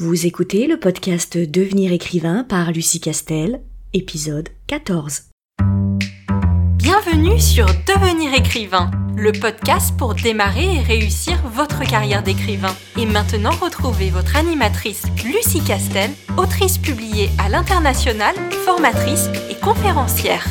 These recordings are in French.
Vous écoutez le podcast Devenir écrivain par Lucie Castel, épisode 14. Bienvenue sur Devenir écrivain, le podcast pour démarrer et réussir votre carrière d'écrivain. Et maintenant, retrouvez votre animatrice Lucie Castel, autrice publiée à l'international, formatrice et conférencière.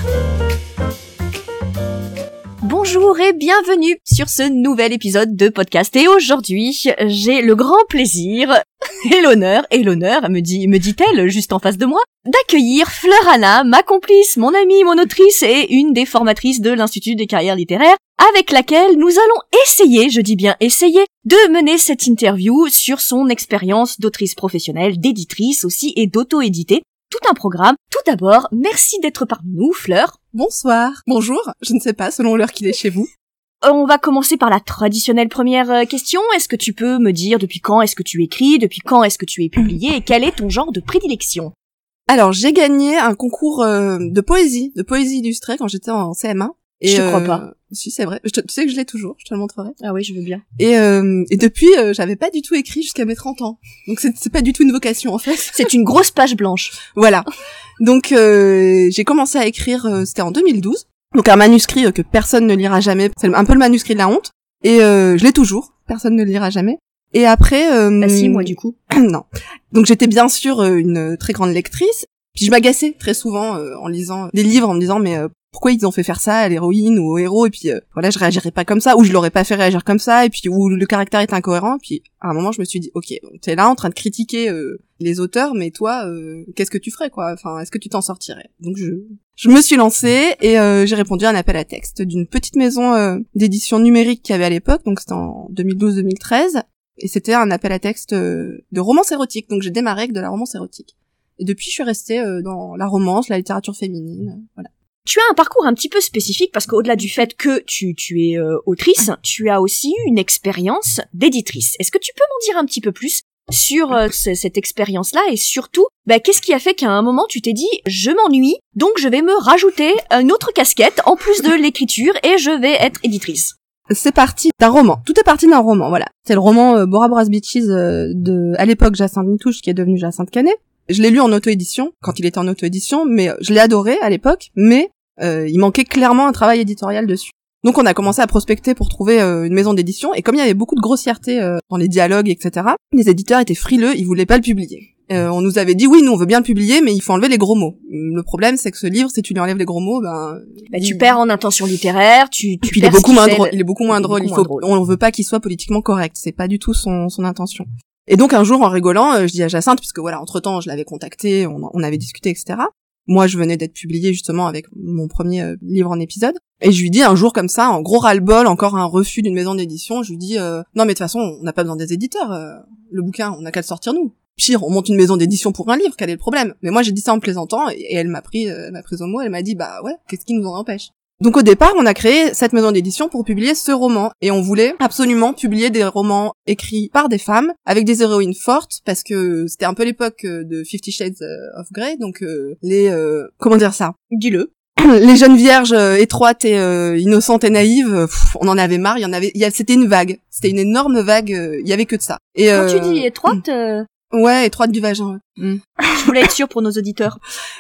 Bonjour et bienvenue sur ce nouvel épisode de podcast. Et aujourd'hui, j'ai le grand plaisir et l'honneur, me dit-elle juste en face de moi, d'accueillir Fleur Anna, ma complice, mon amie, mon autrice et une des formatrices de l'Institut des carrières littéraires, avec laquelle nous allons essayer, je dis bien essayer, de mener cette interview sur son expérience d'autrice professionnelle, d'éditrice aussi et d'auto-éditer. Tout un programme. Tout d'abord, merci d'être parmi nous, Fleur. Bonsoir. Bonjour. Je ne sais pas, selon l'heure qu'il est chez vous. On va commencer par la traditionnelle première question. Est-ce que tu peux me dire depuis quand est-ce que tu écris, depuis quand est-ce que tu es publié et quel est ton genre de prédilection? Alors, j'ai gagné un concours de poésie illustrée quand j'étais en CM1. Et je te crois pas. Si, c'est vrai. Tu sais que je l'ai toujours, je te le montrerai. Ah oui, je veux bien. Et depuis, j'avais pas du tout écrit jusqu'à mes 30 ans. Donc c'est pas du tout une vocation, en fait. C'est une grosse page blanche. Voilà. Donc j'ai commencé à écrire, c'était en 2012. Donc un manuscrit que personne ne lira jamais. C'est un peu le manuscrit de la honte. Et je l'ai toujours. Personne ne le lira jamais. Et après... Bah si, moi du coup. Non. Donc j'étais bien sûr une très grande lectrice. Puis je m'agaçais très souvent en lisant des livres en me disant mais pourquoi ils ont fait faire ça à l'héroïne ou au héros, et puis voilà, je réagirais pas comme ça, ou je l'aurais pas fait réagir comme ça, et puis où le caractère est incohérent. Puis à un moment je me suis dit ok, t'es là en train de critiquer les auteurs, mais toi qu'est-ce que tu ferais, quoi? Enfin, est-ce que tu t'en sortirais? Donc je me suis lancée et j'ai répondu à un appel à texte d'une petite maison d'édition numérique qu'il y avait à l'époque, donc c'était en 2012-2013, et c'était un appel à texte de romance érotique. Donc j'ai démarré avec de la romance érotique, et depuis je suis restée dans la romance, la littérature féminine, voilà. Tu as un parcours un petit peu spécifique parce qu'au-delà du fait que tu es autrice, tu as aussi eu une expérience d'éditrice. Est-ce que tu peux m'en dire un petit peu plus sur cette expérience-là et surtout, qu'est-ce qui a fait qu'à un moment tu t'es dit « je m'ennuie, donc je vais me rajouter une autre casquette en plus de l'écriture et je vais être éditrice ». C'est parti d'un roman. Tout est parti d'un roman, voilà. C'est le roman Bora Bora's Beaches de, à l'époque, Jacinthe Nitouche, qui est devenu Jacinthe Canet. Je l'ai lu en auto-édition, quand il était en auto-édition, mais je l'ai adoré à l'époque, mais il manquait clairement un travail éditorial dessus. Donc on a commencé à prospecter pour trouver une maison d'édition, et comme il y avait beaucoup de grossièreté dans les dialogues, etc., les éditeurs étaient frileux, ils voulaient pas le publier. On nous avait dit oui, nous on veut bien le publier, mais il faut enlever les gros mots. Le problème, c'est que ce livre, si tu lui enlèves les gros mots, tu perds en intention littéraire, tu puis il est beaucoup moins drôle. Il est beaucoup moins drôle. On veut pas qu'il soit politiquement correct. C'est pas du tout son intention. Et donc un jour, en rigolant, je dis à Jacinthe, puisque voilà, entre-temps, je l'avais contacté, on avait discuté, etc. Moi, je venais d'être publiée justement avec mon premier livre en épisode. Et je lui dis un jour comme ça, en gros ras-le-bol, encore un refus d'une maison d'édition, je lui dis non mais de toute façon, on n'a pas besoin des éditeurs. Le bouquin, on n'a qu'à le sortir nous. Pire, on monte une maison d'édition pour un livre, quel est le problème? Mais moi, j'ai dit ça en plaisantant, et elle m'a pris au mot, elle m'a dit ouais, qu'est-ce qui nous en empêche? Donc au départ, on a créé cette maison d'édition pour publier ce roman, et on voulait absolument publier des romans écrits par des femmes, avec des héroïnes fortes, parce que c'était un peu l'époque de 50 Shades of Grey, donc comment dire ça? Dis-le. Les jeunes vierges étroites et innocentes et naïves, on en avait marre, c'était une vague. C'était une énorme vague, il y avait que de ça. Et quand tu dis étroite, ouais, étroite du vagin. Ouais. Je voulais être sûre pour nos auditeurs.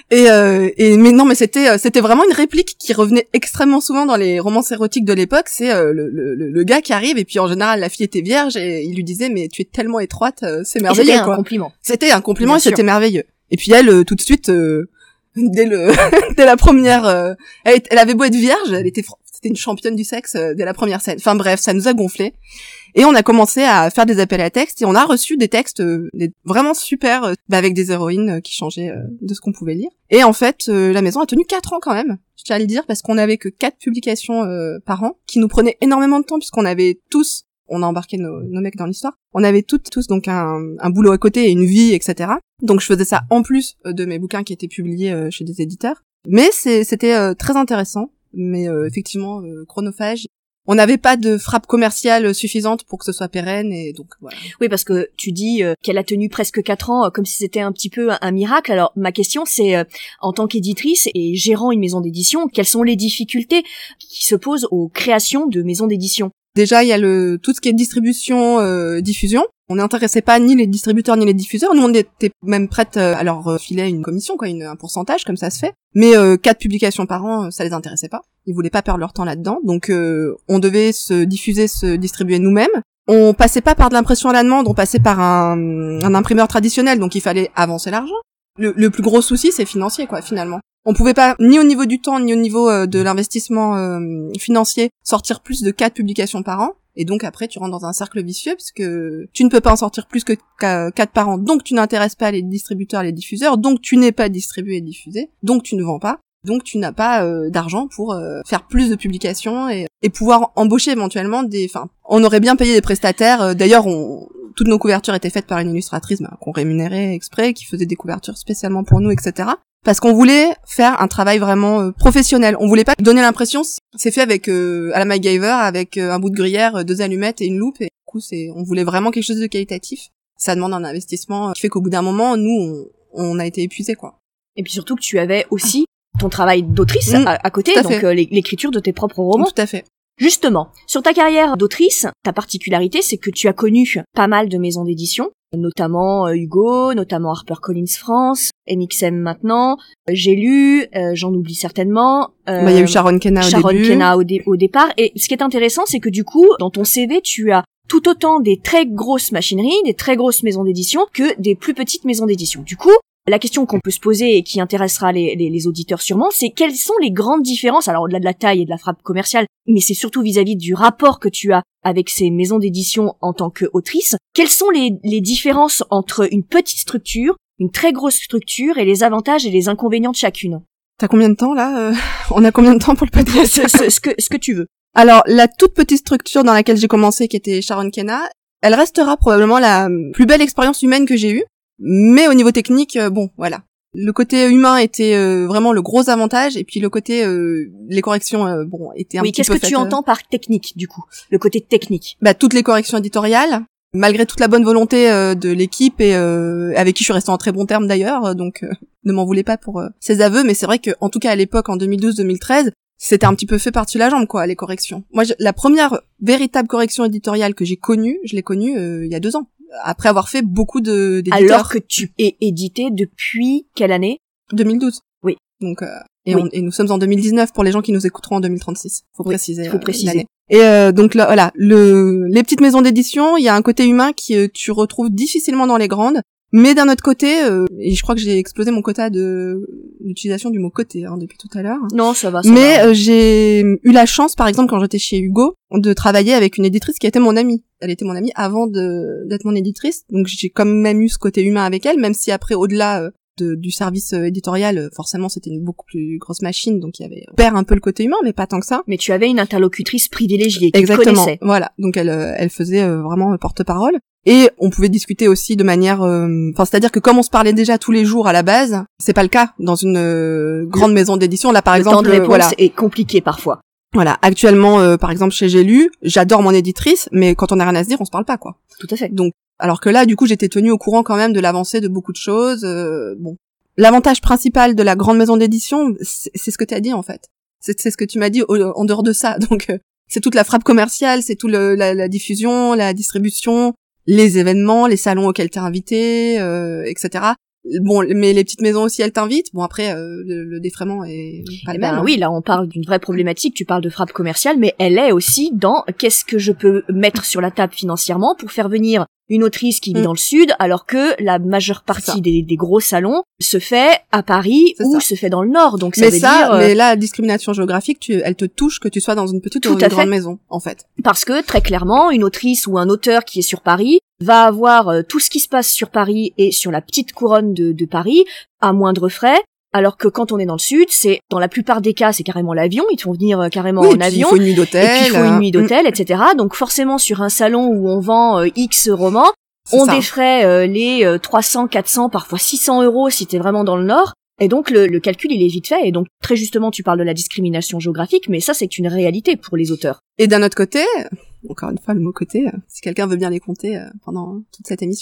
Mais non, mais c'était vraiment une réplique qui revenait extrêmement souvent dans les romances érotiques de l'époque. C'est le gars qui arrive, et puis en général la fille était vierge, et il lui disait mais tu es tellement étroite, c'est merveilleux. C'était quoi. Un compliment. C'était un compliment. Bien et sûr. C'était merveilleux. Et puis elle tout de suite dès la première elle avait beau être vierge, c'était une championne du sexe dès la première scène. Enfin bref, ça nous a gonflé. Et on a commencé à faire des appels à textes, et on a reçu des textes vraiment super, avec des héroïnes qui changeaient de ce qu'on pouvait lire. Et en fait, la maison a tenu 4 ans quand même, je tiens à le dire, parce qu'on avait que 4 publications par an, qui nous prenaient énormément de temps, puisqu'on avait tous, on a embarqué nos mecs dans l'histoire, on avait tous donc un boulot à côté et une vie, etc. Donc je faisais ça en plus de mes bouquins qui étaient publiés chez des éditeurs. Mais c'était très intéressant, mais effectivement chronophage. On n'avait pas de frappe commerciale suffisante pour que ce soit pérenne, et donc voilà. Oui, parce que tu dis qu'elle a tenu presque 4 ans, comme si c'était un petit peu un miracle. Alors ma question c'est, en tant qu'éditrice et gérant une maison d'édition, quelles sont les difficultés qui se posent aux créations de maisons d'édition? Déjà, il y a tout ce qui est distribution, diffusion. On n'intéressait pas ni les distributeurs ni les diffuseurs. Nous, on était même prêtes à leur filer une commission, quoi, un pourcentage, comme ça se fait. Mais 4 publications par an, ça les intéressait pas. Ils voulaient pas perdre leur temps là-dedans. Donc, on devait se distribuer nous-mêmes. On passait pas par de l'impression à la demande, on passait par un imprimeur traditionnel. Donc, il fallait avancer l'argent. Le plus gros souci, c'est financier, quoi, finalement. On pouvait pas, ni au niveau du temps, ni au niveau de l'investissement financier, sortir plus de 4 publications par an. Et donc après, tu rentres dans un cercle vicieux, puisque tu ne peux pas en sortir plus que 4 par an. Donc tu n'intéresses pas les distributeurs, les diffuseurs. Donc tu n'es pas distribué et diffusé. Donc tu ne vends pas. Donc tu n'as pas d'argent pour faire plus de publications et pouvoir embaucher éventuellement on aurait bien payé des prestataires. D'ailleurs, toutes nos couvertures étaient faites par une illustratrice qu'on rémunérait exprès, qui faisait des couvertures spécialement pour nous, etc. Parce qu'on voulait faire un travail vraiment professionnel. On voulait pas donner l'impression c'est fait avec à la MacGyver, avec un bout de gruyère, 2 allumettes et une loupe. Et du coup, on voulait vraiment quelque chose de qualitatif. Ça demande un investissement qui fait qu'au bout d'un moment, nous, on a été épuisés, quoi. Et puis surtout que tu avais aussi ton travail d'autrice à côté, donc l'écriture de tes propres romans. Tout à fait. Justement, sur ta carrière d'autrice, ta particularité, c'est que tu as connu pas mal de maisons d'édition, notamment Hugo, notamment HarperCollins France, MXM maintenant, J'ai lu, j'en oublie certainement. Il y a eu Sharon Kenna au départ. Et ce qui est intéressant, c'est que du coup, dans ton CV, tu as tout autant des très grosses machineries, des très grosses maisons d'édition, que des plus petites maisons d'édition. Du coup, la question qu'on peut se poser et qui intéressera les auditeurs sûrement, c'est quelles sont les grandes différences, alors au-delà de la taille et de la frappe commerciale, mais c'est surtout vis-à-vis du rapport que tu as avec ces maisons d'édition en tant qu'autrice. Quelles sont les différences entre une petite structure, une très grosse structure et les avantages et les inconvénients de chacune? T'as combien de temps là On a combien de temps pour le podcast? ce que tu veux. Alors, la toute petite structure dans laquelle j'ai commencé, qui était Sharon Kenna, elle restera probablement la plus belle expérience humaine que j'ai eue. Mais au niveau technique, voilà. Le côté humain était vraiment le gros avantage, et puis le côté les corrections étaient un petit peu faites. Oui, qu'est-ce que tu entends par technique, du coup? Le côté technique. Toutes les corrections éditoriales, malgré toute la bonne volonté de l'équipe et avec qui je suis restée en très bons termes d'ailleurs, donc ne m'en voulez pas pour ces aveux, mais c'est vrai que en tout cas à l'époque, en 2012-2013, c'était un petit peu fait par-dessus la jambe, quoi, les corrections. Moi, la première véritable correction éditoriale que j'ai connue, je l'ai connue il y a 2 ans. Après avoir fait beaucoup d'éditeurs. Alors que tu es édité depuis quelle année? 2012. Oui. Donc et nous sommes en 2019 pour les gens qui nous écouteront en 2036. Faut préciser. L'année. Et donc là, voilà, les petites maisons d'édition, il y a un côté humain qui tu retrouves difficilement dans les grandes. Mais d'un autre côté, et je crois que j'ai explosé mon quota de l'utilisation du mot côté depuis tout à l'heure. Non, ça va. J'ai eu la chance, par exemple, quand j'étais chez Hugo, de travailler avec une éditrice qui était mon amie. Elle était mon amie avant d'être mon éditrice, donc j'ai quand même eu ce côté humain avec elle, même si après, au-delà du service éditorial, forcément, c'était une beaucoup plus grosse machine, donc il y avait perd un peu le côté humain, mais pas tant que ça. Mais tu avais une interlocutrice privilégiée qui te connaissait. Voilà, donc elle faisait vraiment porte-parole. Et on pouvait discuter aussi de manière, c'est-à-dire que comme on se parlait déjà tous les jours à la base, c'est pas le cas dans une grande maison d'édition. Là, par exemple, le temps de réponse est compliqué parfois. Voilà, actuellement, par exemple, chez J'ai lu, j'adore mon éditrice, mais quand on a rien à se dire, on se parle pas, quoi. Tout à fait. Donc, alors que là, du coup, j'étais tenue au courant quand même de l'avancée de beaucoup de choses. L'avantage principal de la grande maison d'édition, c'est ce que tu as dit en fait. C'est ce que tu m'as dit en dehors de ça. Donc, c'est toute la frappe commerciale, c'est tout la diffusion, la distribution, les événements, les salons auxquels t'es invité, etc. Bon, mais les petites maisons aussi, elles t'invitent. Bon, après, le défraiement est pas le même. Oui, là, on parle d'une vraie problématique. Tu parles de frappe commerciale, mais elle est aussi dans qu'est-ce que je peux mettre sur la table financièrement pour faire venir une autrice qui vit dans le sud, alors que la majeure partie des gros salons se fait à Paris ou se fait dans le nord. Donc ça veut dire. Mais là, la discrimination géographique, elle te touche que tu sois dans une petite ou une grande maison, en fait. Parce que très clairement, une autrice ou un auteur qui est sur Paris va avoir tout ce qui se passe sur Paris et sur la petite couronne de Paris à moindre frais. Alors que quand on est dans le sud, c'est dans la plupart des cas, c'est carrément l'avion. Ils te font venir carrément en avion. Il faut une nuit d'hôtel. Et puis il faut une nuit d'hôtel, etc. Donc forcément, sur un salon où on vend X romans, on défraie les 300, 400, parfois 600 € si t'es vraiment dans le nord. Et donc le calcul, il est vite fait. Et donc très justement, tu parles de la discrimination géographique, mais ça, c'est une réalité pour les auteurs. Et d'un autre côté, encore une fois le mot côté, si quelqu'un veut bien les compter pendant toute cette émission,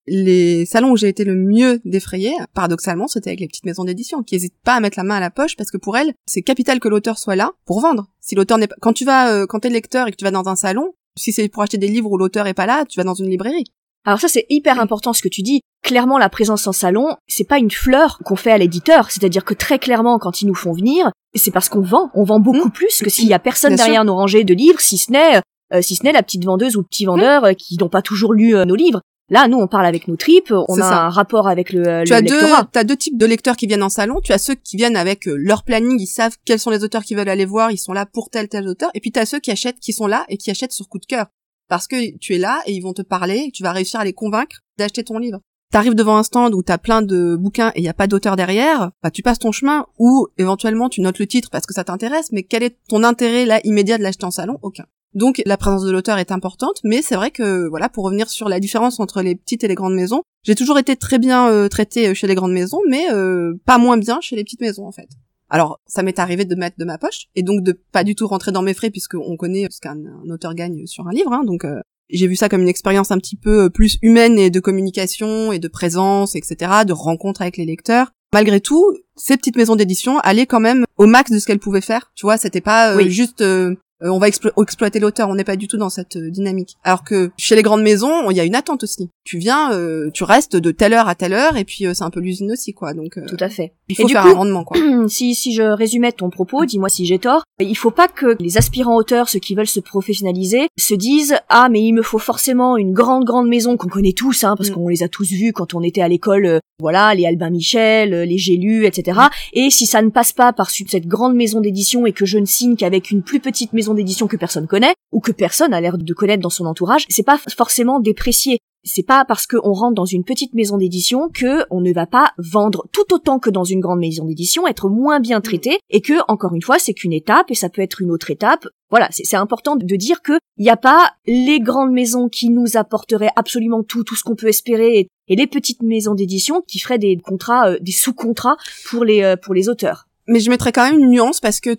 les salons où j'ai été le mieux défrayée, paradoxalement, c'était avec les petites maisons d'édition qui hésitent pas à mettre la main à la poche parce que pour elles, c'est capital que l'auteur soit là pour vendre. Si l'auteur n'est pas, quand t'es lecteur et que tu vas dans un salon, si c'est pour acheter des livres où l'auteur est pas là, tu vas dans une librairie. Alors ça, c'est hyper important ce que tu dis. Clairement, la présence en salon, c'est pas une fleur qu'on fait à l'éditeur. C'est-à-dire que très clairement, quand ils nous font venir, c'est parce qu'on vend beaucoup plus que s'il y a personne derrière nos rangées de livres, si ce n'est la petite vendeuse ou le petit vendeur qui n'ont pas toujours lu nos livres. Là, nous, on parle avec nos tripes, on a un rapport avec le lectorat. Tu as deux types de lecteurs qui viennent en salon. Tu as ceux qui viennent avec leur planning, ils savent quels sont les auteurs qu'ils veulent aller voir, ils sont là pour tel auteur. Et puis tu as ceux qui sont là et qui achètent sur coup de cœur. Parce que tu es là et ils vont te parler, et tu vas réussir à les convaincre d'acheter ton livre. T'arrives devant un stand où t'as plein de bouquins et il y a pas d'auteur derrière, bah tu passes ton chemin ou éventuellement tu notes le titre parce que ça t'intéresse, mais quel est ton intérêt là immédiat de l'acheter en salon? Aucun. Donc la présence de l'auteur est importante, mais c'est vrai que voilà, pour revenir sur la différence entre les petites et les grandes maisons, j'ai toujours été très bien traitée chez les grandes maisons, mais pas moins bien chez les petites maisons en fait. Alors, ça m'est arrivé de mettre de ma poche, et donc de pas du tout rentrer dans mes frais, puisqu'on connaît ce qu'un auteur gagne sur un livre, hein, donc j'ai vu ça comme une expérience un petit peu plus humaine et de communication, et de présence, etc., de rencontre avec les lecteurs. Malgré tout, ces petites maisons d'édition allaient quand même au max de ce qu'elles pouvaient faire, tu vois, c'était pas juste... on va exploiter l'auteur, on n'est pas du tout dans cette dynamique. Alors que chez les grandes maisons, il y a une attente aussi. Tu viens, tu restes de telle heure à telle heure, et puis c'est un peu l'usine aussi, quoi. Donc tout à fait. Il faut faire un rendement, quoi. Si je résumais ton propos, dis-moi si j'ai tort. Il faut pas que les aspirants auteurs, ceux qui veulent se professionnaliser, se disent mais il me faut forcément une grande maison qu'on connaît tous, hein, parce qu'on les a tous vus quand on était à l'école. Voilà, les Albin Michel, les J'ai lu, etc. Et si ça ne passe pas par cette grande maison d'édition et que je ne signe qu'avec une plus petite maison d'édition que personne connaît, ou que personne a l'air de connaître dans son entourage, c'est pas forcément déprécié. C'est pas parce qu'on rentre dans une petite maison d'édition que on ne va pas vendre tout autant que dans une grande maison d'édition, être moins bien traité, et que, encore une fois, c'est qu'une étape, et ça peut être une autre étape. Voilà, c'est important de dire que il n'y a pas les grandes maisons qui nous apporteraient absolument tout ce qu'on peut espérer, et les petites maisons d'édition qui feraient des contrats, des sous-contrats pour les auteurs. Mais je mettrais quand même une nuance parce que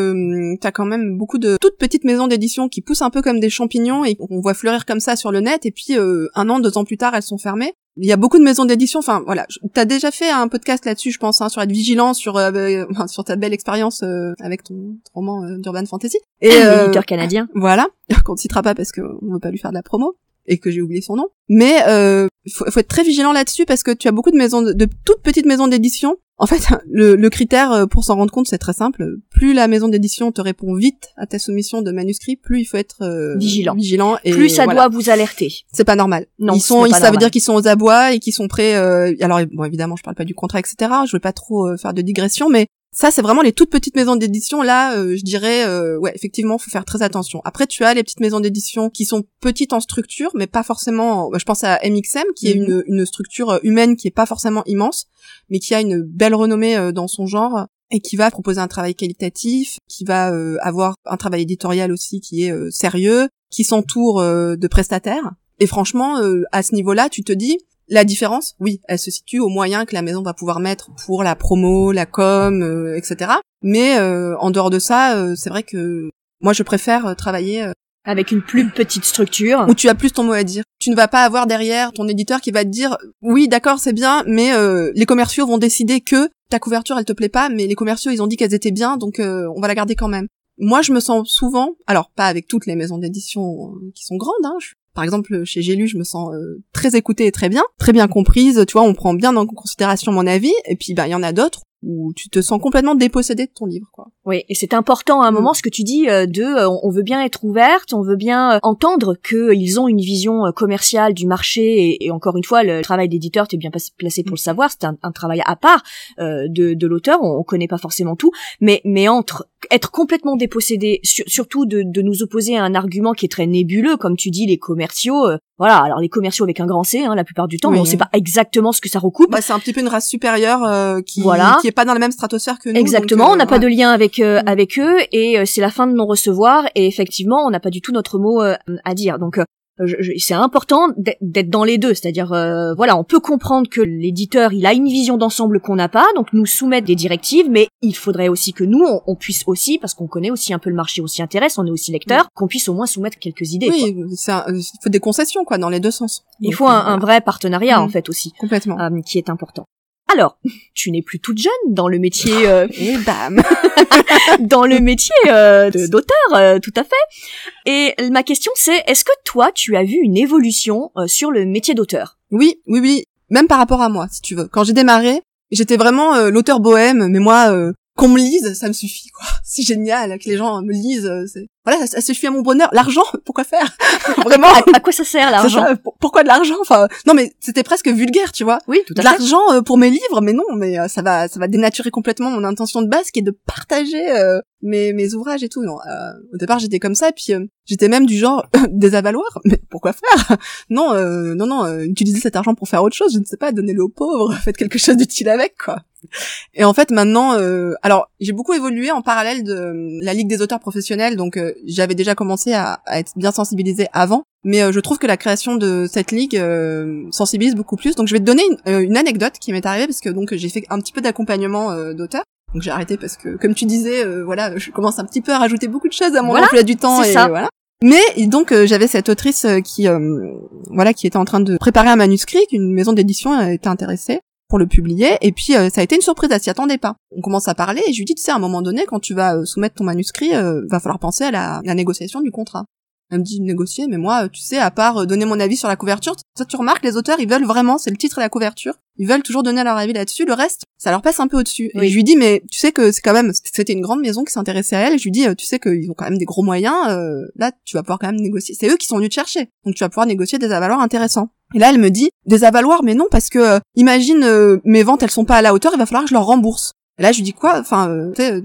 t'as quand même beaucoup de toutes petites maisons d'édition qui poussent un peu comme des champignons et qu'on voit fleurir comme ça sur le net, et puis 1 an, 2 ans plus tard, elles sont fermées. Il y a beaucoup de maisons d'édition, enfin voilà, t'as déjà fait un podcast là-dessus, je pense, hein, sur être vigilant, sur ta belle expérience avec ton roman d'urban fantasy. Et l'éditeur canadien. Voilà, qu'on ne citera pas parce qu'on veut pas lui faire de la promo et que j'ai oublié son nom. Mais faut être très vigilant là-dessus parce que tu as beaucoup de toutes petites maisons d'édition. En fait, le critère pour s'en rendre compte, c'est très simple. Plus la maison d'édition te répond vite à ta soumission de manuscrit, plus il faut être vigilant. Et plus ça doit vous alerter. C'est pas normal. Non, ça veut dire qu'ils sont aux abois et qu'ils sont prêts. Alors bon, évidemment, je parle pas du contrat, etc. Je veux pas trop faire de digression, mais ça, c'est vraiment les toutes petites maisons d'édition. Là, je dirais, effectivement, faut faire très attention. Après, tu as les petites maisons d'édition qui sont petites en structure, mais pas forcément... je pense à MXM, qui est une structure humaine qui est pas forcément immense, mais qui a une belle renommée dans son genre, et qui va proposer un travail qualitatif, qui va avoir un travail éditorial aussi qui est sérieux, qui s'entoure de prestataires. Et franchement, à ce niveau-là, tu te dis... La différence, oui, elle se situe aux moyens que la maison va pouvoir mettre pour la promo, la com, etc. Mais en dehors de ça, c'est vrai que moi je préfère travailler avec une plus petite structure où tu as plus ton mot à dire. Tu ne vas pas avoir derrière ton éditeur qui va te dire oui, d'accord, c'est bien, mais les commerciaux vont décider que ta couverture elle te plaît pas, mais les commerciaux ils ont dit qu'elles étaient bien, donc on va la garder quand même. Moi je me sens souvent, alors pas avec toutes les maisons d'édition qui sont grandes, hein, par exemple, chez J'ai lu, je me sens très écoutée et très bien comprise. Tu vois, on prend bien en considération mon avis. Et puis, il y en a d'autres où tu te sens complètement dépossédé de ton livre, quoi. Oui, et c'est important à un moment ce que tu dis on veut bien être ouverte, on veut bien entendre qu'ils ont une vision commerciale du marché, et encore une fois, le travail d'éditeur, t'es bien placé pour le savoir, c'est un travail à part de l'auteur, on connaît pas forcément tout, mais entre être complètement dépossédé, surtout de nous opposer à un argument qui est très nébuleux, comme tu dis, les commerciaux, voilà, alors les commerciaux avec un grand C, hein, la plupart du temps, mais on sait pas exactement ce que ça recoupe. C'est un petit peu une race supérieure qui est pas dans la même stratosphère que nous. Exactement, donc, on n'a pas de lien avec eux, et c'est la fin de non-recevoir, et effectivement, on n'a pas du tout notre mot à dire. Donc c'est important d'être dans les deux, c'est-à-dire voilà, on peut comprendre que l'éditeur il a une vision d'ensemble qu'on n'a pas, donc nous soumettre des directives, mais il faudrait aussi que nous on puisse aussi, parce qu'on connaît aussi un peu le marché, on s'y intéresse, on est aussi lecteur, qu'on puisse au moins soumettre quelques idées. Oui, il faut des concessions quoi dans les deux sens. Il faut un vrai partenariat en fait aussi, complètement, qui est important. Alors, tu n'es plus toute jeune dans le métier et bam dans le métier d'auteur, tout à fait. Et ma question c'est, est-ce que toi tu as vu une évolution sur le métier d'auteur? Oui, même par rapport à moi, si tu veux. Quand j'ai démarré, j'étais vraiment l'auteur bohème, mais moi qu'on me lise, ça me suffit quoi. C'est génial que les gens me lisent, voilà, ça suffit à mon bonheur. L'argent, pourquoi faire? Vraiment. À quoi ça sert l'argent? Pourquoi de l'argent? Enfin, non mais c'était presque vulgaire, tu vois. Oui, tout à fait. De l'argent pour mes livres, mais non, mais ça va dénaturer complètement mon intention de base qui est de partager mes ouvrages et tout. Non, au départ j'étais comme ça, et puis j'étais même du genre des avaloirs, mais pourquoi faire? Non, utilisez cet argent pour faire autre chose, je ne sais pas, donnez-le aux pauvres, faites quelque chose d'utile avec quoi. Et en fait maintenant, alors j'ai beaucoup évolué en parallèle de la Ligue des auteurs professionnels, donc j'avais déjà commencé à être bien sensibilisée avant, mais je trouve que la création de cette ligue sensibilise beaucoup plus. Donc je vais te donner une anecdote qui m'est arrivée, parce que donc j'ai fait un petit peu d'accompagnement d'auteur. Donc j'ai arrêté parce que, comme tu disais, voilà, je commence un petit peu à rajouter beaucoup de choses à mon emploi du temps, et voilà. Mais donc j'avais cette autrice qui était en train de préparer un manuscrit, qu'une maison d'édition était intéressée pour le publier, et puis ça a été une surprise, elle s'y attendait pas. On commence à parler et je lui dis, tu sais, à un moment donné, quand tu vas soumettre ton manuscrit, va falloir penser à la négociation du contrat. Elle me dit, négocier, mais moi, tu sais, à part donner mon avis sur la couverture, ça tu remarques, les auteurs, ils veulent vraiment, c'est le titre et la couverture, ils veulent toujours donner leur avis là-dessus, le reste, ça leur passe un peu au-dessus. Oui. Et je lui dis, mais tu sais que c'est quand même, c'était une grande maison qui s'intéressait à elle, et je lui dis, tu sais qu'ils ont quand même des gros moyens, là, tu vas pouvoir quand même négocier, c'est eux qui sont venus te chercher, donc tu vas pouvoir négocier des avaloirs intéressants. Et là, elle me dit, des avaloirs, mais non, parce que, imagine, mes ventes, elles sont pas à la hauteur, il va falloir que je leur rembourse. Et là, je lui dis quoi? Enfin, tu sais,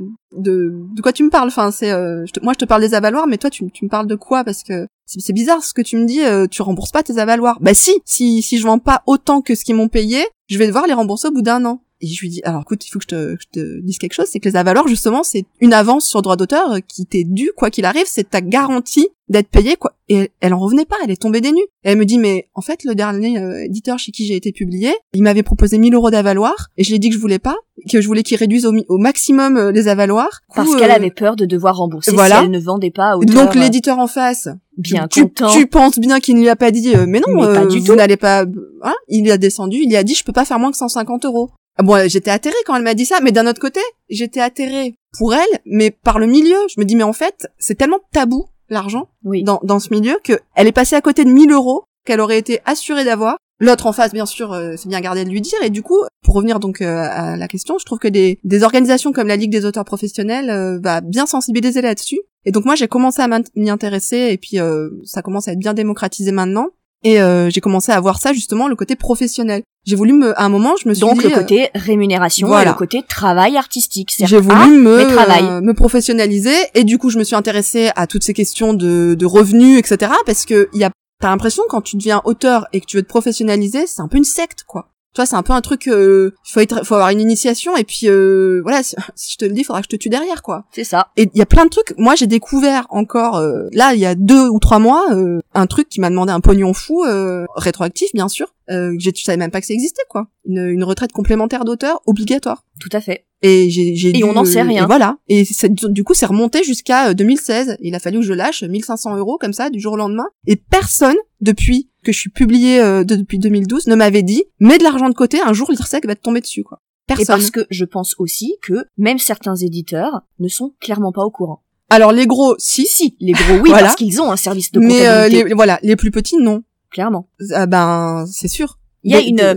de quoi tu me parles? Enfin, c'est, moi, je te parle des avaloirs, mais toi, tu me parles de quoi? Parce que c'est bizarre ce que tu me dis. Tu rembourses pas tes avaloirs. Bah si je vends pas autant que ce qu'ils m'ont payé, je vais devoir les rembourser au bout d'un an. Et je lui dis, alors écoute, il faut que je te dise quelque chose, c'est que les avaloirs, justement, c'est une avance sur droit d'auteur qui t'est due, quoi qu'il arrive, c'est ta garantie d'être payé, quoi. Et elle en revenait pas, elle est tombée des nues. Et elle me dit, mais en fait, le dernier éditeur chez qui j'ai été publié, il m'avait proposé 1 000 € d'avaloir, et je lui ai dit que je voulais pas, que je voulais qu'il réduise au maximum les avaloirs. Parce qu'elle avait peur de devoir rembourser si elle ne vendait pas à hauteur. Donc l'éditeur en face, bien content. Tu penses bien qu'il ne lui a pas dit, mais non, pas du tout. Vous n'allez pas, hein, il a descendu, il lui a dit, je peux pas faire moins que 150 €. Bon, j'étais atterrée quand elle m'a dit ça, mais d'un autre côté, j'étais atterrée pour elle, mais par le milieu. Je me dis, mais en fait, c'est tellement tabou, l'argent, dans ce milieu, que elle est passée à côté de 1 000 € qu'elle aurait été assurée d'avoir. L'autre en face, bien sûr, c'est bien gardé de lui dire. Et du coup, pour revenir donc à la question, je trouve que des organisations comme la Ligue des auteurs professionnels va bien sensibiliser là-dessus. Et donc moi, j'ai commencé à m'y intéresser, et puis ça commence à être bien démocratisé maintenant. Et j'ai commencé à voir ça, justement, le côté professionnel. J'ai voulu à un moment, je me suis dit... Donc le côté rémunération, et le côté travail artistique. J'ai voulu me professionnaliser, et du coup je me suis intéressée à toutes ces questions de revenus, etc. Parce que t'as l'impression, quand tu deviens auteur et que tu veux te professionnaliser, c'est un peu une secte, quoi. Tu vois, c'est un peu un truc, faut avoir une initiation, et puis voilà, si je te le dis, il faudra que je te tue derrière, quoi. C'est ça. Et il y a plein de trucs. Moi, j'ai découvert encore là, il y a 2 ou 3 mois, un truc qui m'a demandé un pognon fou, rétroactif bien sûr. Je savais même pas que ça existait, quoi. Une retraite complémentaire d'auteur obligatoire. Tout à fait. Et on n'en sait rien. Et voilà. Et du coup, c'est remonté jusqu'à 2016. Il a fallu que je lâche 1 500 € comme ça du jour au lendemain. Et personne, depuis que je suis publiée depuis 2012, ne m'avait dit, mets de l'argent de côté, un jour l'IRSEC va te tomber dessus, quoi. Personne. Et parce que je pense aussi que même certains éditeurs ne sont clairement pas au courant. Alors les gros, si, les gros oui, voilà. Parce qu'ils ont un service de comptabilité. Mais les plus petits, non. Clairement. C'est sûr. Il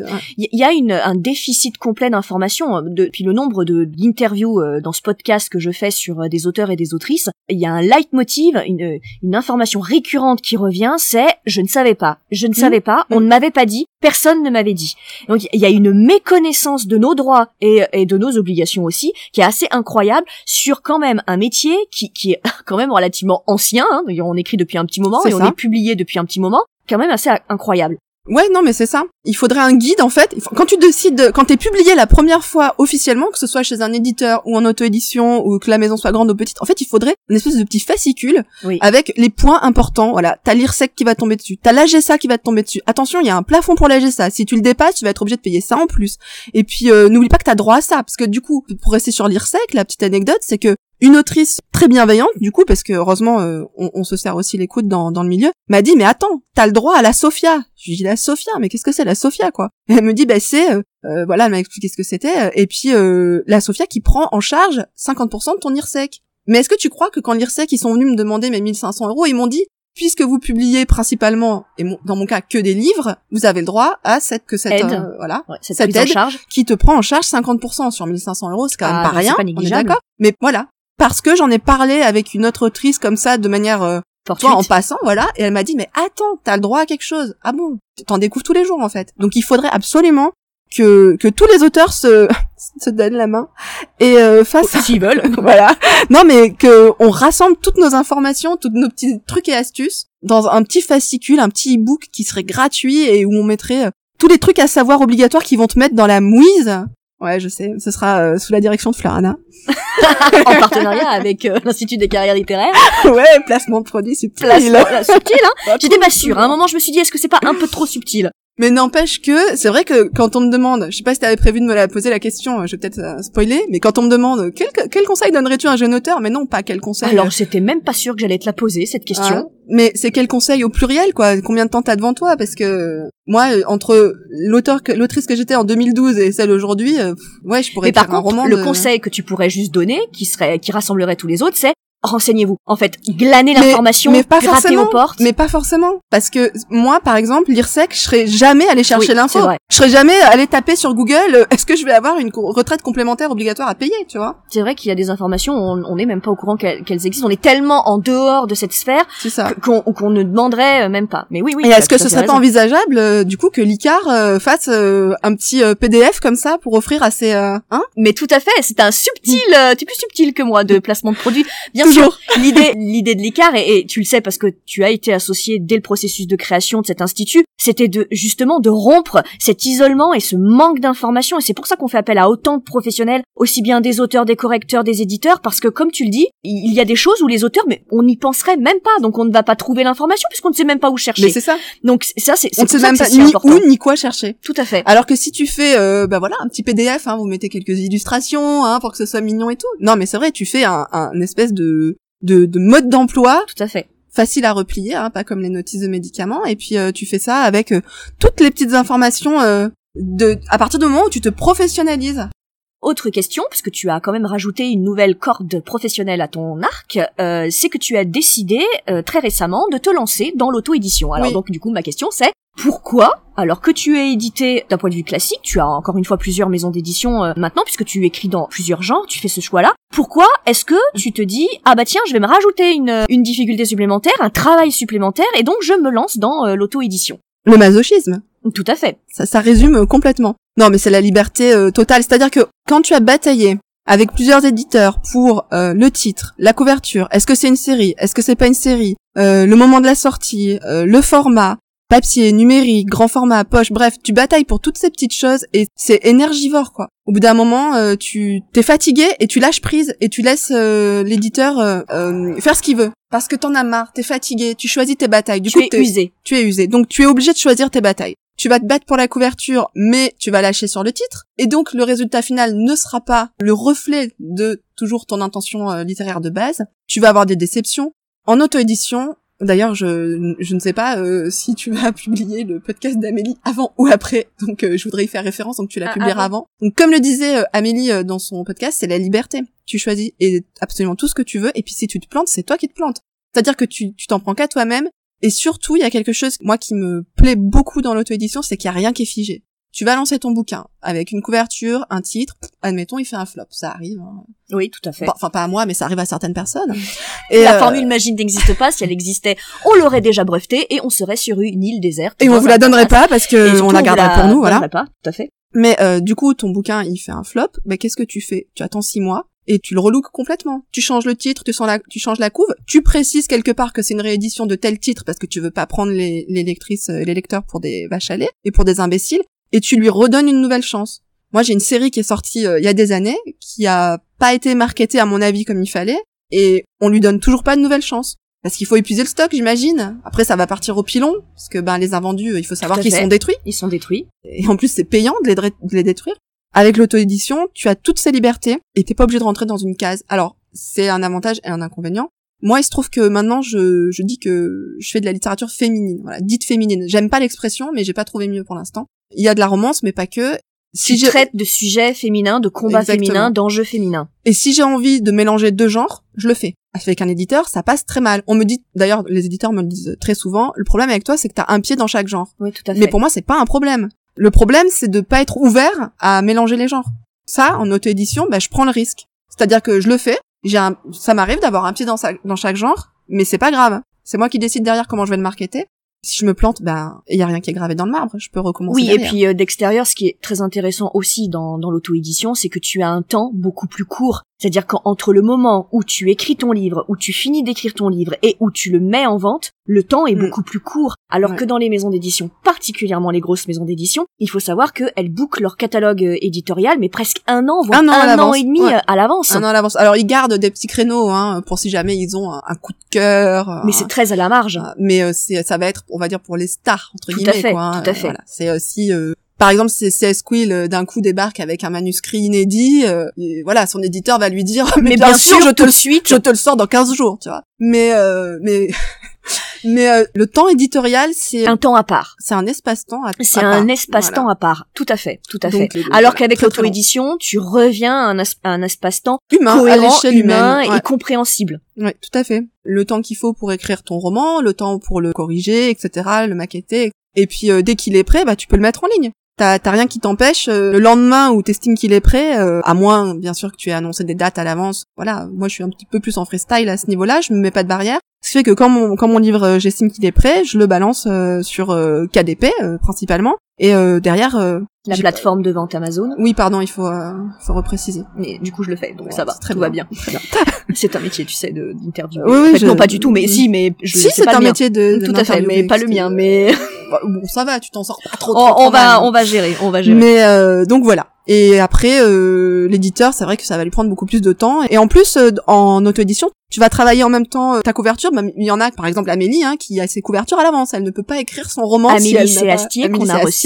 y a un déficit complet d'informations depuis le nombre d'interviews dans ce podcast que je fais sur des auteurs et des autrices. Il y a un leitmotiv, une information récurrente qui revient, c'est je ne savais pas, on ne m'avait pas dit, personne ne m'avait dit. Donc il y a une méconnaissance de nos droits et de nos obligations aussi qui est assez incroyable sur quand même un métier qui est quand même relativement ancien, hein, on écrit depuis un petit moment et on est publié depuis un petit moment, quand même assez incroyable. Ouais, non, mais c'est ça. Il faudrait un guide, en fait. Quand tu décides, quand t'es publié la première fois officiellement, que ce soit chez un éditeur ou en auto-édition, ou que la maison soit grande ou petite, en fait, il faudrait une espèce de petit fascicule avec les points importants. Voilà. T'as l'IRSEC qui va tomber dessus. T'as l'AGSA qui va te tomber dessus. Attention, il y a un plafond pour l'AGSA. Si tu le dépasses, tu vas être obligé de payer ça en plus. Et puis, n'oublie pas que t'as droit à ça. Parce que du coup, pour rester sur l'IRSEC, la petite anecdote, c'est que une autrice très bienveillante, du coup, parce que heureusement, on se serre aussi les coudes dans le milieu, m'a dit, mais attends, t'as le droit à la Sophia. Je lui dis, la Sophia, mais qu'est-ce que c'est la Sophia, quoi? Et elle me dit, c'est, voilà, elle m'a expliqué ce que c'était, et puis la Sophia qui prend en charge 50% de ton IRSEC. Mais est-ce que tu crois que quand l'IRSEC, ils sont venus me demander mes 1500 €, ils m'ont dit, puisque vous publiez principalement, et dans mon cas, que des livres, vous avez le droit à cette aide, cette aide qui te prend en charge 50% sur 1500 €, c'est quand même pas rien, on est d'accord? Mais voilà. Parce que j'en ai parlé avec une autre autrice comme ça, de manière, en passant, voilà, et elle m'a dit, mais attends, t'as le droit à quelque chose. Ah bon? T'en découvres tous les jours, en fait. Donc il faudrait absolument que tous les auteurs se donnent la main et fassent s'ils veulent. Voilà. Non, mais que on rassemble toutes nos informations, tous nos petits trucs et astuces dans un petit fascicule, un petit e-book qui serait gratuit et où on mettrait tous les trucs à savoir obligatoires qui vont te mettre dans la mouise. Ouais, je sais, ce sera sous la direction de Florana. En partenariat avec l'Institut des carrières littéraires. Ouais, placement de produit subtil. Subtil, hein. J'étais pas sûre. À un moment, je me suis dit, est-ce que c'est pas un peu trop subtil? Mais n'empêche que, c'est vrai que quand on me demande, je sais pas si t'avais prévu de me la poser la question, je vais peut-être spoiler, mais quand on me demande quel conseil donnerais-tu à un jeune auteur, mais non, pas quel conseil. Alors, j'étais même pas sûre que j'allais te la poser, cette question. Mais c'est quel conseil au pluriel, quoi. Combien de temps t'as devant toi? Parce que, moi, entre l'autrice que j'étais en 2012 et celle aujourd'hui, je pourrais faire un roman. Le conseil que tu pourrais juste donner, qui rassemblerait tous les autres, c'est renseignez-vous. En fait, glanez l'information, grattez aux portes. Mais pas forcément. Parce que moi, par exemple, l'IRSEC, je serais jamais allée chercher l'info. Je serais jamais allée taper sur Google, est-ce que je vais avoir une retraite complémentaire obligatoire à payer, tu vois? C'est vrai qu'il y a des informations, on n'est même pas au courant qu'elles existent. On est tellement en dehors de cette sphère qu'on ne demanderait même pas. Mais oui. Et est-ce que ce serait pas envisageable, du coup, que l'ICAR fasse un petit PDF comme ça pour offrir à ses... Mais tout à fait, c'est un subtil, tu es plus subtil que moi de placement de produits. Bien sûr. L'idée de l'ICAR, et tu le sais parce que tu as été associé dès le processus de création de cet institut, c'était justement de rompre cet isolement et ce manque d'informations, et c'est pour ça qu'on fait appel à autant de professionnels, aussi bien des auteurs, des correcteurs, des éditeurs, parce que comme tu le dis, il y a des choses où les auteurs, mais on n'y penserait même pas, donc on ne va pas trouver l'information puisqu'on ne sait même pas où chercher. Mais c'est ça. Donc ça, c'est on ne sait même pas ni où ni quoi chercher. Tout à fait. Alors que si tu fais, un petit PDF, vous mettez quelques illustrations, pour que ce soit mignon et tout. Non, mais c'est vrai, tu fais un espèce de mode d'emploi. Tout à fait. Facile à replier, pas comme les notices de médicaments. Et puis tu fais ça avec toutes les petites informations à partir du moment où tu te professionnalises. Autre question, parce que tu as quand même rajouté une nouvelle corde professionnelle à ton arc, c'est que tu as décidé très récemment de te lancer dans l'auto-édition. Alors donc du coup ma question c'est pourquoi, alors que tu es édité d'un point de vue classique, tu as encore une fois plusieurs maisons d'édition maintenant puisque tu écris dans plusieurs genres, tu fais ce choix-là. Pourquoi est-ce que tu te dis tiens, je vais me rajouter une difficulté supplémentaire, un travail supplémentaire et donc je me lance dans l'auto-édition? Le masochisme. Tout à fait. Ça résume complètement. Non, mais c'est la liberté totale. C'est-à-dire que quand tu as bataillé avec plusieurs éditeurs pour le titre, la couverture, est-ce que c'est une série, est-ce que c'est pas une série, le moment de la sortie, le format, papier, numérique, grand format, poche, bref, tu batailles pour toutes ces petites choses et c'est énergivore, quoi. Au bout d'un moment, tu t'es fatigué et tu lâches prise et tu laisses l'éditeur faire ce qu'il veut. Parce que t'en as marre, t'es fatigué, tu choisis tes batailles. Du coup, tu es usé. Donc tu es obligé de choisir tes batailles. Tu vas te battre pour la couverture, mais tu vas lâcher sur le titre. Et donc le résultat final ne sera pas le reflet de toujours ton intention littéraire de base. Tu vas avoir des déceptions. En auto-édition, d'ailleurs, je ne sais pas si tu vas publier le podcast d'Amélie avant ou après. Donc je voudrais y faire référence, donc tu la publieras avant. Donc comme le disait Amélie dans son podcast, c'est la liberté. Tu choisis absolument tout ce que tu veux, et puis si tu te plantes, c'est toi qui te plantes. C'est-à-dire que tu t'en prends qu'à toi-même. Et surtout, il y a quelque chose, moi, qui me plaît beaucoup dans l'auto-édition, c'est qu'il n'y a rien qui est figé. Tu vas lancer ton bouquin avec une couverture, un titre, admettons, il fait un flop, ça arrive. Oui, tout à fait. Enfin, pas à moi, mais ça arrive à certaines personnes. Et la formule magique n'existe pas. Si elle existait, on l'aurait déjà brevetée et on serait sur une île déserte. Et on vous la donnerait pas parce que on la garderait pour nous, voilà. Pas, tout à fait. Mais du coup, ton bouquin, il fait un flop. Qu'est-ce que tu fais? Tu attends 6 mois. et tu le relooks complètement. Tu changes le titre, tu changes la couve, tu précises quelque part que c'est une réédition de tel titre parce que tu veux pas prendre les lectrices et les lecteurs pour des vaches à lait et pour des imbéciles, et tu lui redonnes une nouvelle chance. Moi, j'ai une série qui est sortie il y a des années, qui a pas été marketée à mon avis comme il fallait, et on lui donne toujours pas de nouvelle chance. Parce qu'il faut épuiser le stock, j'imagine. Après, ça va partir au pilon, parce que les invendus, il faut savoir qu'ils sont détruits. Ils sont détruits. Et en plus, c'est payant de les détruire. Avec l'auto-édition, tu as toutes ces libertés, et t'es pas obligé de rentrer dans une case. Alors, c'est un avantage et un inconvénient. Moi, il se trouve que maintenant, je dis que je fais de la littérature féminine, voilà, dite féminine. J'aime pas l'expression, mais j'ai pas trouvé mieux pour l'instant. Il y a de la romance, mais pas que. Si tu traites de sujets féminins, de combats féminins, d'enjeux féminins. Et si j'ai envie de mélanger deux genres, je le fais. Avec un éditeur, ça passe très mal. On me dit, d'ailleurs, les éditeurs me le disent très souvent, le problème avec toi, c'est que t'as un pied dans chaque genre. Oui, tout à fait. Mais pour moi, c'est pas un problème. Le problème, c'est de pas être ouvert à mélanger les genres. Ça, en auto-édition, je prends le risque. C'est-à-dire que je le fais, ça m'arrive d'avoir un pied dans chaque genre, mais c'est pas grave. C'est moi qui décide derrière comment je vais le marketer. Si je me plante, il y a rien qui est gravé dans le marbre, je peux recommencer derrière. Et puis d'extérieur, ce qui est très intéressant aussi dans l'auto-édition, c'est que tu as un temps beaucoup plus court. C'est-à-dire qu'entre le moment où tu écris ton livre, où tu finis d'écrire ton livre et où tu le mets en vente, le temps est beaucoup plus court. Alors que dans les maisons d'édition, particulièrement les grosses maisons d'édition, il faut savoir qu'elles bouclent leur catalogue éditorial, mais presque un an, voire un an et demi à l'avance. Un an à l'avance. Alors ils gardent des petits créneaux, pour si jamais ils ont un coup de cœur. Mais c'est très à la marge. Mais ça va être, on va dire, pour les stars, entre guillemets, quoi. Tout à fait. Voilà. C'est aussi, par exemple, si C.S. Quill d'un coup débarque avec un manuscrit inédit, et voilà, son éditeur va lui dire mais bien sûr, je te le sors dans 15 jours, tu vois. Mais le temps éditorial, c'est un temps à part. C'est un espace-temps à part. C'est un espace-temps à part. Tout à fait. Alors qu'avec l'auto-édition, tu reviens à un espace-temps humain, cohérent, à l'échelle humain humaine, et compréhensible. Ouais, tout à fait. Le temps qu'il faut pour écrire ton roman, le temps pour le corriger, etc., le maqueter. Et puis, dès qu'il est prêt, tu peux le mettre en ligne. T'as rien qui t'empêche, le lendemain où t'estimes qu'il est prêt, à moins, bien sûr, que tu aies annoncé des dates à l'avance. Voilà. Moi, je suis un petit peu plus en freestyle à ce niveau-là, je me mets pas de barrière. Ce qui fait que quand mon livre, j'estime qu'il est prêt, je le balance sur KDP, principalement. Et derrière... la plateforme de vente Amazon. Oui, pardon, il faut repréciser. Mais du coup, je le fais, donc ça va, tout va bien. Très bien. C'est un métier, tu sais, d'interviewer. Oui, non, pas du tout, mais mais c'est un métier de tout à fait, mais pas le mien, mais bon, ça va, tu t'en sors pas trop. On va gérer. Mais donc voilà. Et après, l'éditeur, c'est vrai que ça va lui prendre beaucoup plus de temps. Et en plus, en auto-édition, tu vas travailler en même temps ta couverture. Il y en a, par exemple, Amélie, qui a ses couvertures à l'avance. Elle ne peut pas écrire son roman Amélie si elle Sélastier, qu'on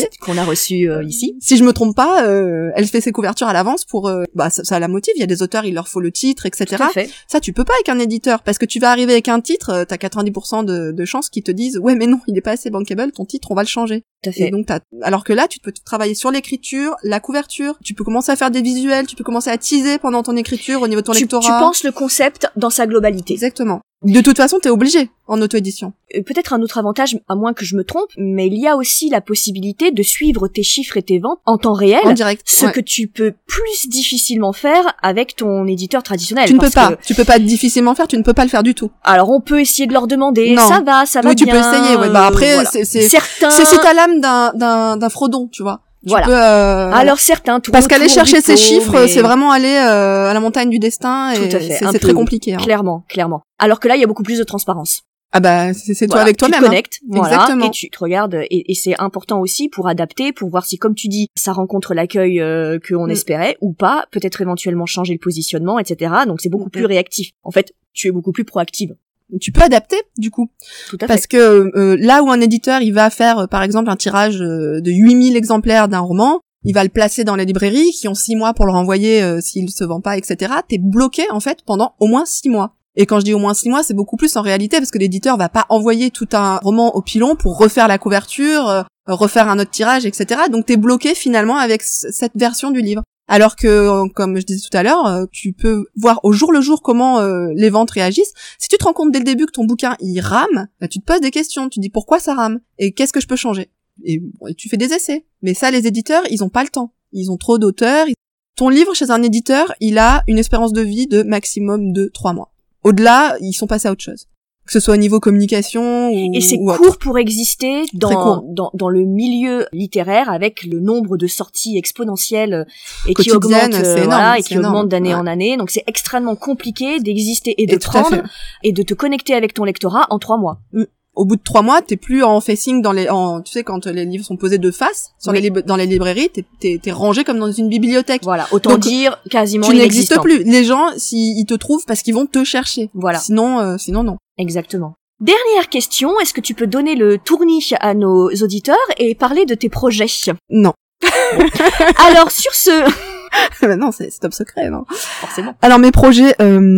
a reçu ici. Si je me trompe pas, elle fait ses couvertures à l'avance pour... ça la motive. Il y a des auteurs, il leur faut le titre, etc. Tout à fait. Ça, tu peux pas avec un éditeur. Parce que tu vas arriver avec un titre, t'as 90% de chances qu'ils te disent « Ouais, mais non, il est pas assez bankable, ton titre, on va le changer. » Tout à fait. Et donc, alors que là, tu peux travailler sur l'écriture, la couverture, tu peux commencer à faire des visuels, tu peux commencer à teaser pendant ton écriture au niveau de ton lectorat. Tu penses le concept dans sa globalité. Exactement. De toute façon, t'es obligé en auto-édition. Peut-être un autre avantage, à moins que je me trompe, mais il y a aussi la possibilité de suivre tes chiffres et tes ventes en temps réel. En direct. Ce que tu peux plus difficilement faire avec ton éditeur traditionnel. Tu ne peux pas. Tu peux pas difficilement faire, tu ne peux pas le faire du tout. Alors, on peut essayer de leur demander. Non. Ça va oui, bien. tu peux essayer, ouais. Après, voilà. C'est ta l'âme d'un Frodon, tu vois. Voilà. Alors certains tournent parce qu'aller chercher ces chiffres, c'est vraiment aller à la montagne du destin et tout à fait. C'est très compliqué. Clairement. Alors que là, il y a beaucoup plus de transparence. Ah c'est toi avec toi-même. Tu te connectes, Exactement. Et tu te regardes et c'est important aussi pour adapter, pour voir si, comme tu dis, ça rencontre l'accueil qu'on espérait ou pas, peut-être éventuellement changer le positionnement, etc. Donc c'est beaucoup plus réactif. En fait, tu es beaucoup plus proactive. Tu peux adapter, du coup. Tout à fait. Parce que là où un éditeur, il va faire, par exemple, un tirage de 8000 exemplaires d'un roman, il va le placer dans les librairies qui ont 6 mois pour le renvoyer s'il se vend pas, etc. T'es bloqué, en fait, pendant au moins 6 mois. Et quand je dis au moins 6 mois, c'est beaucoup plus en réalité, parce que l'éditeur va pas envoyer tout un roman au pilon pour refaire la couverture, refaire un autre tirage, etc. Donc t'es bloqué, finalement, avec cette version du livre. Alors que, comme je disais tout à l'heure, tu peux voir au jour le jour comment les ventes réagissent. Si tu te rends compte dès le début que ton bouquin il rame, tu te poses des questions, tu dis pourquoi ça rame et qu'est-ce que je peux changer. Et tu fais des essais. Mais ça, les éditeurs, ils ont pas le temps. Ils ont trop d'auteurs. Ton livre chez un éditeur, il a une espérance de vie de maximum de 3 mois. Au-delà, ils sont passés à autre chose. que ce soit au niveau communication ou et c'est ou court autre. pour exister dans le milieu littéraire avec le nombre de sorties exponentielles et qui Quotidienne, augmente c'est énorme, et c'est qui énorme. augmente d'année Ouais. en année. Donc c'est extrêmement compliqué d'exister et de tout à prendre fait. et de te connecter avec ton lectorat en 3 mois. Au bout de 3 mois, t'es plus en facing tu sais, quand les livres sont posés de face sur Oui. dans les librairies, t'es rangé comme dans une bibliothèque. Voilà, autant Donc, dire quasiment Tu n'existes inexistant. plus. Les gens, s'ils te trouvent, parce qu'ils vont te chercher. Voilà. Sinon, non. Exactement. Dernière question, est-ce que tu peux donner le tournis à nos auditeurs et parler de tes projets? Non. Alors sur ce... Non, c'est top secret, non. Forcément. Alors mes projets,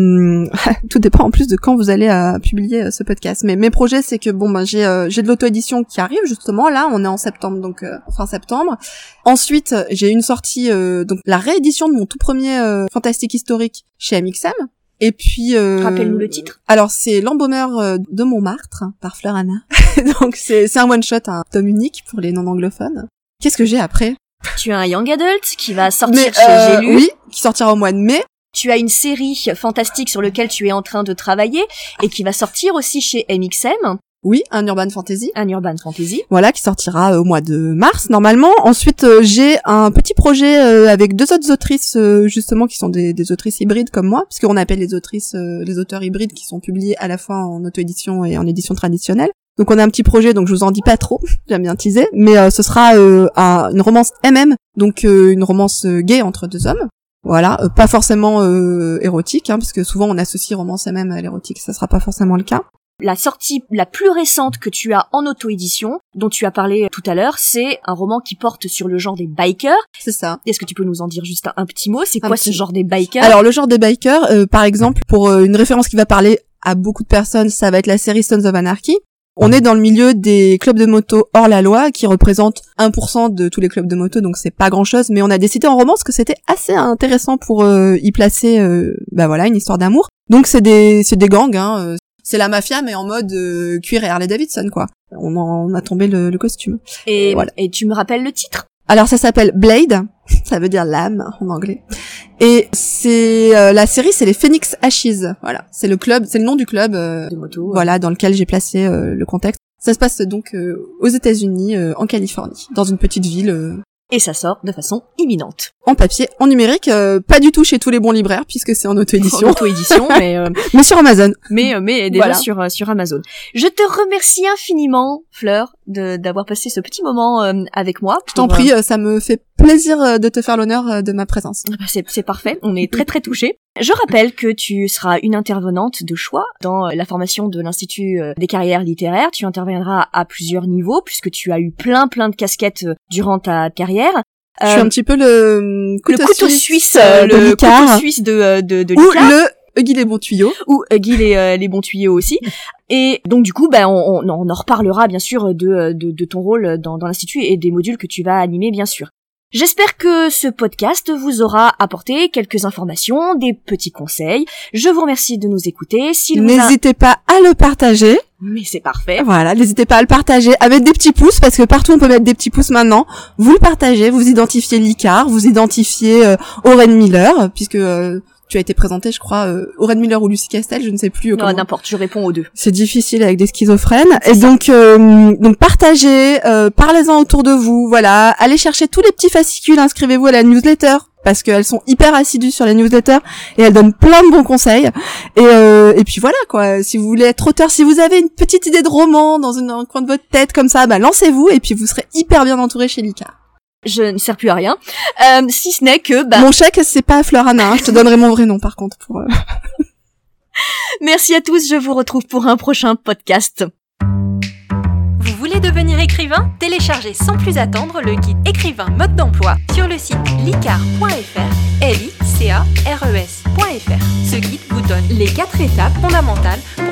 tout dépend en plus de quand vous allez publier ce podcast. Mais mes projets, c'est que j'ai de l'auto-édition qui arrive justement. Là, on est en septembre, donc fin septembre. Ensuite, j'ai une sortie, donc la réédition de mon tout premier fantastique historique chez MXM. Et puis Rappelle-nous le titre. Alors c'est L'embaumeur de Montmartre par Fleur Anna. Donc c'est un one shot, un tome unique pour les non anglophones. Qu'est-ce que j'ai après? Tu as un young adult qui va sortir chez J'ai lu. Oui, qui sortira au mois de mai. Tu as une série fantastique sur laquelle tu es en train de travailler et qui va sortir aussi chez MXM, Oui, un urban fantasy. un urban fantasy. Voilà, qui sortira au mois de mars normalement. Ensuite, j'ai un petit projet avec 2 autres autrices justement qui sont des autrices hybrides comme moi, puisqu'on appelle les auteurs hybrides qui sont publiés à la fois en auto-édition et en édition traditionnelle. Donc on a un petit projet, donc je vous en dis pas trop, j'aime bien teaser, mais ce sera une romance donc une romance gay entre 2 hommes. Voilà, pas forcément érotique, parce que souvent on associe romance à l'érotique, ça sera pas forcément le cas. La sortie la plus récente que tu as en auto-édition, dont tu as parlé tout à l'heure, c'est un roman qui porte sur le genre des bikers. C'est ça. Est-ce que tu peux nous en dire juste un petit mot? C'est Un quoi petit- ce genre des bikers? Alors le genre des bikers, par exemple, pour une référence qui va parler à beaucoup de personnes, ça va être la série Sons of Anarchy. On est dans le milieu des clubs de moto hors la loi, qui représentent 1% de tous les clubs de moto, donc c'est pas grand-chose, mais on a décidé en romance que c'était assez intéressant pour y placer, une histoire d'amour. Donc c'est des gangs, c'est la mafia, mais en mode cuir et Harley Davidson, quoi. On a tombé le costume. Et, voilà. et tu me rappelles le titre? Alors ça s'appelle Blade, ça veut dire lame en anglais. Et c'est la série, c'est les Phoenix Ashes. Voilà, c'est le nom du club De moto. voilà dans lequel j'ai placé le contexte. Ça se passe donc aux États-Unis, en Californie, dans une petite ville Et ça sort de façon imminente. en papier, en numérique, pas du tout chez tous les bons libraires puisque c'est en auto-édition, En auto-édition, mais sur Amazon. mais déjà Voilà. sur Amazon. Je te remercie infiniment, Fleur, d'avoir passé ce petit moment avec moi. Je t'en prie, ça me fait plaisir de te faire l'honneur de ma présence. C'est parfait, on est très très touchés. Je rappelle que tu seras une intervenante de choix dans la formation de l'Institut des carrières littéraires. Tu interviendras à plusieurs niveaux puisque tu as eu plein de casquettes durant ta carrière. Je suis un petit peu le couteau suisse de le Licard, couteau suisse de ou Licard. le Guy les bons tuyaux. Ou Guy les bons tuyaux aussi. Et donc du coup, on en reparlera bien sûr de ton rôle dans l'institut et des modules que tu vas animer bien sûr. J'espère que ce podcast vous aura apporté quelques informations, des petits conseils. Je vous remercie de nous écouter. N'hésitez pas à le partager. Mais c'est parfait. Voilà, n'hésitez pas à le partager, à mettre des petits pouces, parce que partout on peut mettre des petits pouces maintenant. Vous le partagez, vous identifiez Licard, vous identifiez Oren Miller, puisque tu as été présenté, je crois, Oren Miller ou Lucie Castel, je ne sais plus. Non, n'importe, je réponds aux deux. C'est difficile avec des schizophrènes. Et donc partagez, parlez-en autour de vous, voilà. Allez chercher tous les petits fascicules, inscrivez-vous à la newsletter, parce qu'elles sont hyper assidues sur les newsletters, et elles donnent plein de bons conseils. Et puis voilà, quoi. Si vous voulez être auteur, si vous avez une petite idée de roman dans un coin de votre tête comme ça, lancez-vous, et puis vous serez hyper bien entouré chez Licard. Je ne sers plus à rien. Si ce n'est que, Mon chèque, c'est pas Fleur Anna, je te donnerai mon vrai nom, par contre, pour... Merci à tous, je vous retrouve pour un prochain podcast. Vous voulez devenir écrivain? Téléchargez sans plus attendre le guide écrivain mode d'emploi sur le site licard.fr, licares.fr. Ce guide vous donne les 4 étapes fondamentales